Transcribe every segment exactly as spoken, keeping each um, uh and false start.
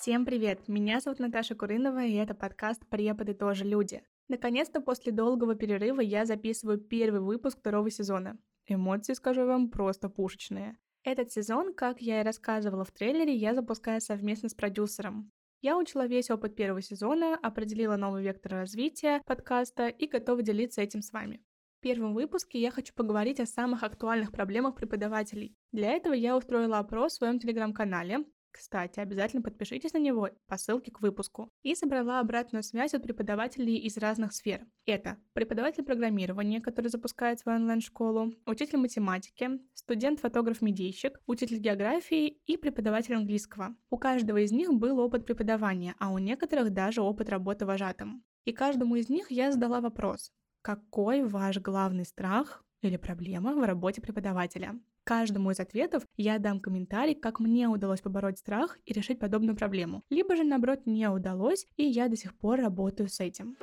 Всем привет! Меня зовут Наташа Курынова, и это подкаст «Преподы тоже люди». Наконец-то после долгого перерыва я записываю первый выпуск второго сезона. Эмоции, скажу вам, просто пушечные. Этот сезон, как я и рассказывала в трейлере, я запускаю совместно с продюсером. Я учла весь опыт первого сезона, определила новый вектор развития подкаста и готова делиться этим с вами. В первом выпуске я хочу поговорить о самых актуальных проблемах преподавателей. Для этого я устроила опрос в своем телеграм-канале. Кстати, обязательно подпишитесь на него по ссылке к выпуску. И собрала обратную связь от преподавателей из разных сфер. Это преподаватель программирования, который запускает свою онлайн-школу, учитель математики, студент-фотограф-медийщик, учитель географии и преподаватель английского. У каждого из них был опыт преподавания, а у некоторых даже опыт работы вожатым. И каждому из них я задала вопрос: какой ваш главный страх или проблема в работе преподавателя? Каждому из ответов я дам комментарий, как мне удалось побороть страх и решить подобную проблему. Либо же, наоборот, не удалось, и я до сих пор работаю с этим.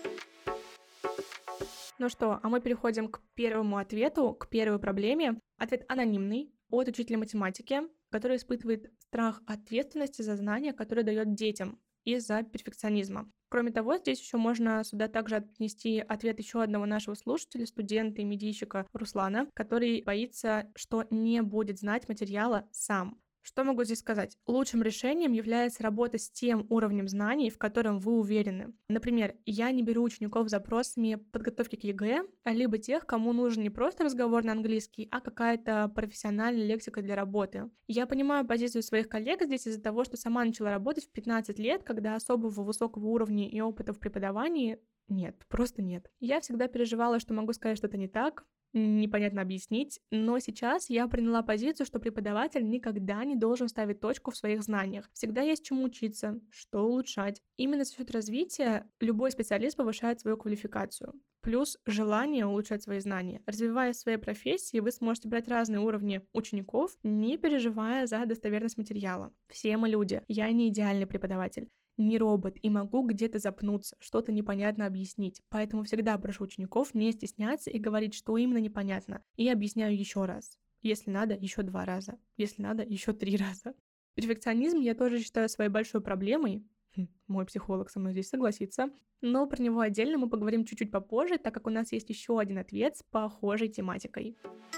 Ну что, а мы переходим к первому ответу, к первой проблеме. Ответ анонимный, от учителя математики, который испытывает страх ответственности за знания, которые дает детям из-за перфекционизма. Кроме того, здесь еще можно сюда также отнести ответ еще одного нашего слушателя, студента и медийщика Руслана, который боится, что не будет знать материала сам. Что могу здесь сказать? Лучшим решением является работа с тем уровнем знаний, в котором вы уверены. Например, я не беру учеников с запросами подготовки к ЕГЭ, либо тех, кому нужен не просто разговор на английский, а какая-то профессиональная лексика для работы. Я понимаю позицию своих коллег здесь из-за того, что сама начала работать в пятнадцать лет, когда особого высокого уровня и опыта в преподавании нет, просто нет. Я всегда переживала, что могу сказать что-то не так, непонятно объяснить, но сейчас я приняла позицию, что преподаватель никогда не должен ставить точку в своих знаниях. Всегда есть чему учиться, что улучшать. Именно за счет развития любой специалист повышает свою квалификацию. Плюс желание улучшать свои знания. Развиваясь в своей профессии, вы сможете брать разные уровни учеников, не переживая за достоверность материала. Все мы люди. Я не идеальный преподаватель, не робот, и могу где-то запнуться, что-то непонятно объяснить. Поэтому всегда прошу учеников не стесняться и говорить, что именно непонятно. И объясняю еще раз. Если надо, еще два раза. Если надо, еще три раза. Перфекционизм я тоже считаю своей большой проблемой. Хм, мой психолог со мной здесь согласится. Но про него отдельно мы поговорим чуть-чуть попозже, так как у нас есть еще один ответ с похожей тематикой.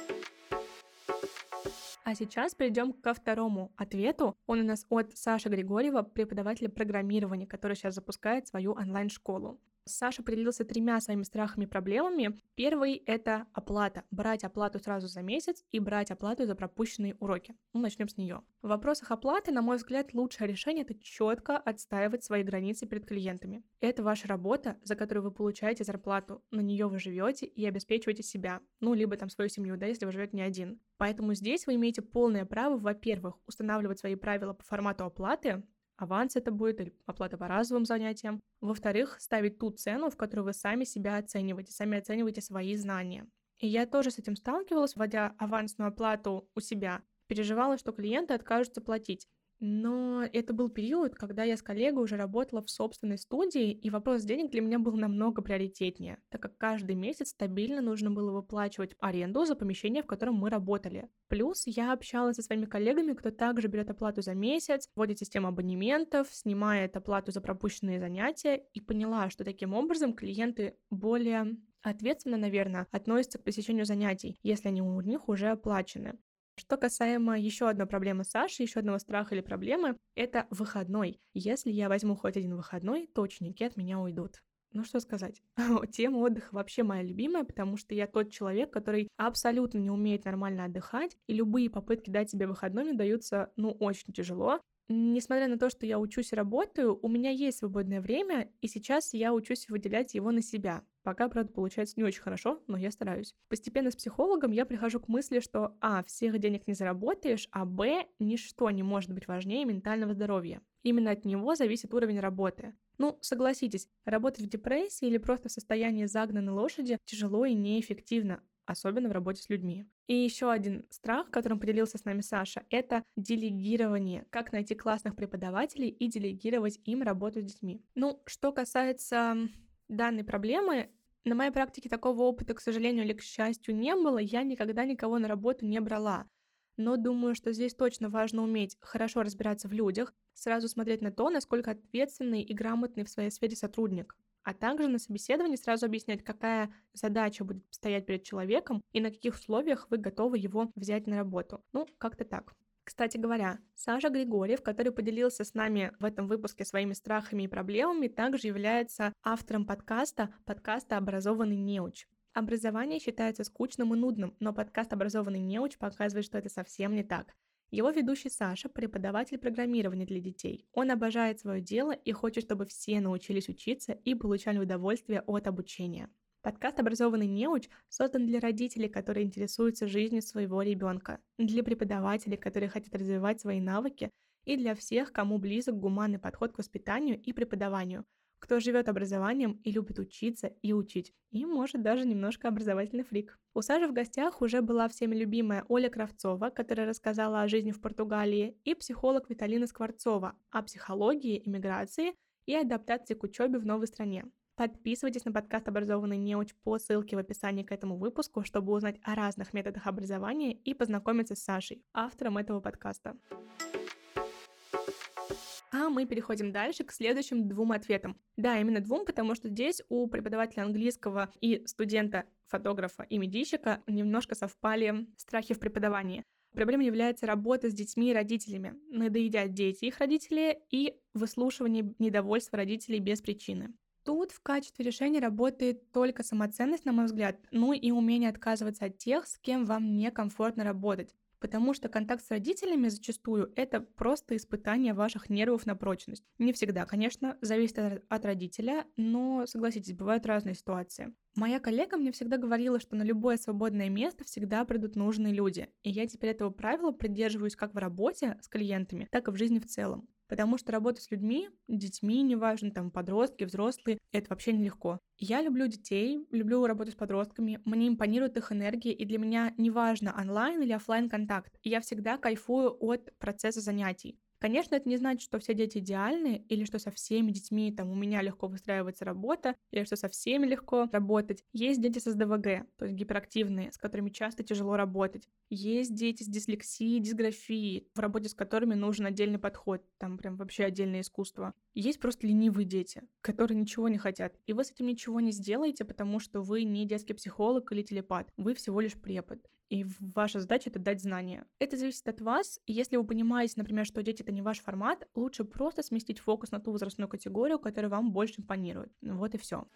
А сейчас перейдем ко второму ответу. Он у нас от Саши Григорьева, преподавателя программирования, который сейчас запускает свою онлайн-школу. Саша поделился тремя своими страхами и проблемами. Первый — это оплата. Брать оплату сразу за месяц и брать оплату за пропущенные уроки. Ну, начнем с нее. В вопросах оплаты, на мой взгляд, лучшее решение — это четко отстаивать свои границы перед клиентами. Это ваша работа, за которую вы получаете зарплату. На нее вы живете и обеспечиваете себя. Ну, либо там свою семью, да, если вы живете не один. Поэтому здесь вы имеете полное право, во-первых, устанавливать свои правила по формату оплаты. Аванс это будет или оплата по разовым занятиям. Во-вторых, ставить ту цену, в которую вы сами себя оцениваете, сами оцениваете свои знания. И я тоже с этим сталкивалась, вводя авансную оплату у себя. Переживала, что клиенты откажутся платить. Но это был период, когда я с коллегой уже работала в собственной студии, и вопрос денег для меня был намного приоритетнее, так как каждый месяц стабильно нужно было выплачивать аренду за помещение, в котором мы работали. Плюс я общалась со своими коллегами, кто также берет оплату за месяц, вводит систему абонементов, снимает оплату за пропущенные занятия, и поняла, что таким образом клиенты более ответственно, наверное, относятся к посещению занятий, если они у них уже оплачены. Что касаемо еще одной проблемы Саши, еще одного страха или проблемы, это выходной. Если я возьму хоть один выходной, то ученики от меня уйдут. Ну что сказать, тема отдыха вообще моя любимая, потому что я тот человек, который абсолютно не умеет нормально отдыхать, и любые попытки дать себе выходной мне даются, ну, очень тяжело. Несмотря на то, что я учусь и работаю, у меня есть свободное время, и сейчас я учусь выделять его на себя. Пока, правда, получается не очень хорошо, но я стараюсь. Постепенно с психологом я прихожу к мысли, что а. всех денег не заработаешь, а б. ничто не может быть важнее ментального здоровья. Именно от него зависит уровень работы. Ну, согласитесь, работать в депрессии или просто в состоянии загнанной лошади тяжело и неэффективно, особенно в работе с людьми. И еще один страх, которым поделился с нами Саша, это делегирование. Как найти классных преподавателей и делегировать им работу с детьми. Ну, что касается данной проблемы, на моей практике такого опыта, к сожалению или к счастью, не было. Я никогда никого на работу не брала. но думаю, что здесь точно важно уметь хорошо разбираться в людях, сразу смотреть на то, насколько ответственный и грамотный в своей сфере сотрудник, а также на собеседовании сразу объяснять, какая задача будет стоять перед человеком и на каких условиях вы готовы его взять на работу. Ну, как-то так. Кстати говоря, Саша Григорьев, который поделился с нами в этом выпуске своими страхами и проблемами, также является автором подкаста, подкаста «Образованный неуч». Образование считается скучным и нудным, но подкаст «Образованный неуч» показывает, что это совсем не так. Его ведущий Саша – преподаватель программирования для детей. Он обожает свое дело и хочет, чтобы все научились учиться и получали удовольствие от обучения. Подкаст «Образованный неуч» создан для родителей, которые интересуются жизнью своего ребенка, для преподавателей, которые хотят развивать свои навыки, и для всех, кому близок гуманный подход к воспитанию и преподаванию, кто живет образованием и любит учиться и учить, и может даже немножко образовательный фрик. У Саши в гостях уже была всеми любимая Оля Кравцова, которая рассказала о жизни в Португалии, и психолог Виталина Скворцова о психологии, иммиграции и адаптации к учебе в новой стране. Подписывайтесь на подкаст «Образованный неуч» по ссылке в описании к этому выпуску, чтобы узнать о разных методах образования и познакомиться с Сашей, автором этого подкаста. А мы переходим дальше к следующим двум ответам. Да, именно двум, потому что здесь у преподавателя английского и студента-фотографа и медийщика немножко совпали страхи в преподавании. Проблемой является работа с детьми и родителями, надоедят дети их родителей и выслушивание недовольства родителей без причины. Тут в качестве решения работает только самоценность, на мой взгляд, ну и умение отказываться от тех, с кем вам некомфортно работать. Потому что контакт с родителями зачастую это просто испытание ваших нервов на прочность. Не всегда, конечно, зависит от родителя, но, согласитесь, бывают разные ситуации. Моя коллега мне всегда говорила, что на любое свободное место всегда придут нужные люди, и я теперь этого правила придерживаюсь как в работе с клиентами, так и в жизни в целом. Потому что работа с людьми, детьми, неважно, там, подростки, взрослые, это вообще нелегко. Я люблю детей, люблю работу с подростками, мне импонирует их энергия, и для меня неважно, онлайн или офлайн контакт, я всегда кайфую от процесса занятий. Конечно, это не значит, что все дети идеальны, или что со всеми детьми там у меня легко выстраивается работа, или что со всеми легко работать. Есть дети с эс дэ вэ гэ, то есть гиперактивные, с которыми часто тяжело работать. Есть дети с дислексией, дисграфией, в работе с которыми нужен отдельный подход, там прям вообще отдельное искусство. Есть просто ленивые дети, которые ничего не хотят, и вы с этим ничего не сделаете, потому что вы не детский психолог или телепат, вы всего лишь препод. И ваша задача — это дать знания. Это зависит от вас, и если вы понимаете, например, что дети — это не ваш формат, лучше просто сместить фокус на ту возрастную категорию, которая вам больше импонирует. Вот и все.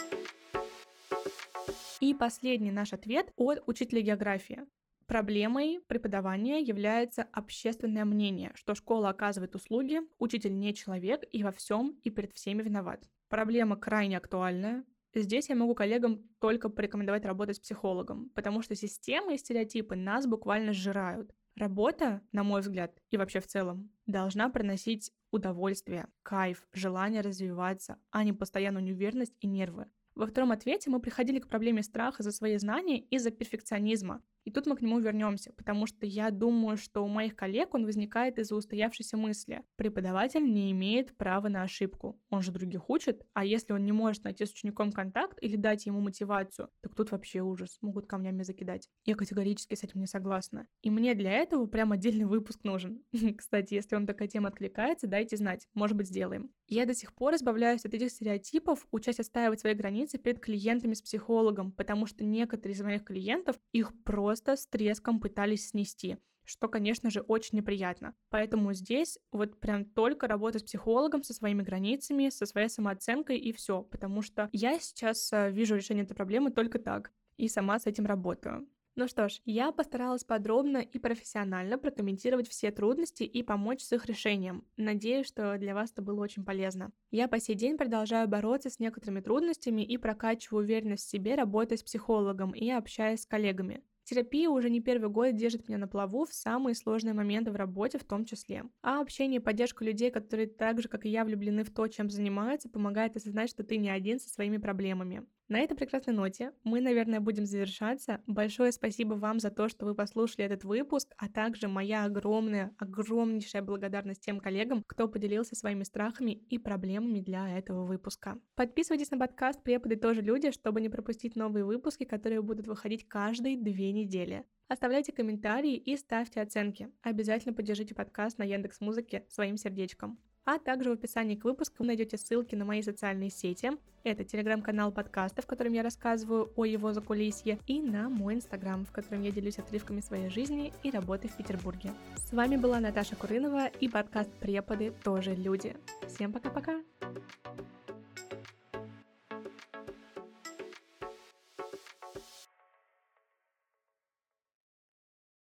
И последний наш ответ от учителя географии. Проблемой преподавания является общественное мнение, что школа оказывает услуги, учитель не человек и во всем и перед всеми виноват. Проблема крайне актуальная. Здесь я могу коллегам только порекомендовать работать с психологом, потому что системы и стереотипы нас буквально сжирают. Работа, на мой взгляд, и вообще в целом, должна приносить удовольствие, кайф, желание развиваться, а не постоянную неуверенность и нервы. Во втором ответе мы приходили к проблеме страха за свои знания из-за перфекционизма. И тут мы к нему вернемся, потому что я думаю, что у моих коллег он возникает из-за устоявшейся мысли. Преподаватель не имеет права на ошибку. Он же других учит, а если он не может найти с учеником контакт или дать ему мотивацию, так тут вообще ужас, могут камнями закидать. Я категорически с этим не согласна. И мне для этого прям отдельный выпуск нужен. Кстати, если вам такая тема откликается, дайте знать, может быть, сделаем. Я до сих пор избавляюсь от этих стереотипов, учась отстаивать свои границы перед клиентами с психологом, потому что некоторые из моих клиентов их просто просто с треском пытались снести, что, конечно же, очень неприятно. Поэтому здесь вот прям только работа с психологом, со своими границами, со своей самооценкой и все, потому что я сейчас вижу решение этой проблемы только так, и сама с этим работаю. Ну что ж, я постаралась подробно и профессионально прокомментировать все трудности и помочь с их решением. Надеюсь, что для вас это было очень полезно. Я по сей день продолжаю бороться с некоторыми трудностями и прокачиваю уверенность в себе, работая с психологом и общаясь с коллегами. Терапия уже не первый год держит меня на плаву в самые сложные моменты в работе в том числе. А общение и поддержка людей, которые так же, как и я, влюблены в то, чем занимаются, помогает осознать, что ты не один со своими проблемами. На этой прекрасной ноте мы, наверное, будем завершаться. Большое спасибо вам за то, что вы послушали этот выпуск, а также моя огромная, огромнейшая благодарность тем коллегам, кто поделился своими страхами и проблемами для этого выпуска. Подписывайтесь на подкаст «Преподы тоже люди», чтобы не пропустить новые выпуски, которые будут выходить каждые две недели. Оставляйте комментарии и ставьте оценки. Обязательно поддержите подкаст на Яндекс.Музыке своим сердечком. А также в описании к выпуску вы найдете ссылки на мои социальные сети. Это телеграм-канал подкаста, в котором я рассказываю о его закулисье, и на мой инстаграм, в котором я делюсь отрывками своей жизни и работы в Петербурге. С вами была Наташа Курынова и подкаст «Преподы тоже люди». Всем пока-пока!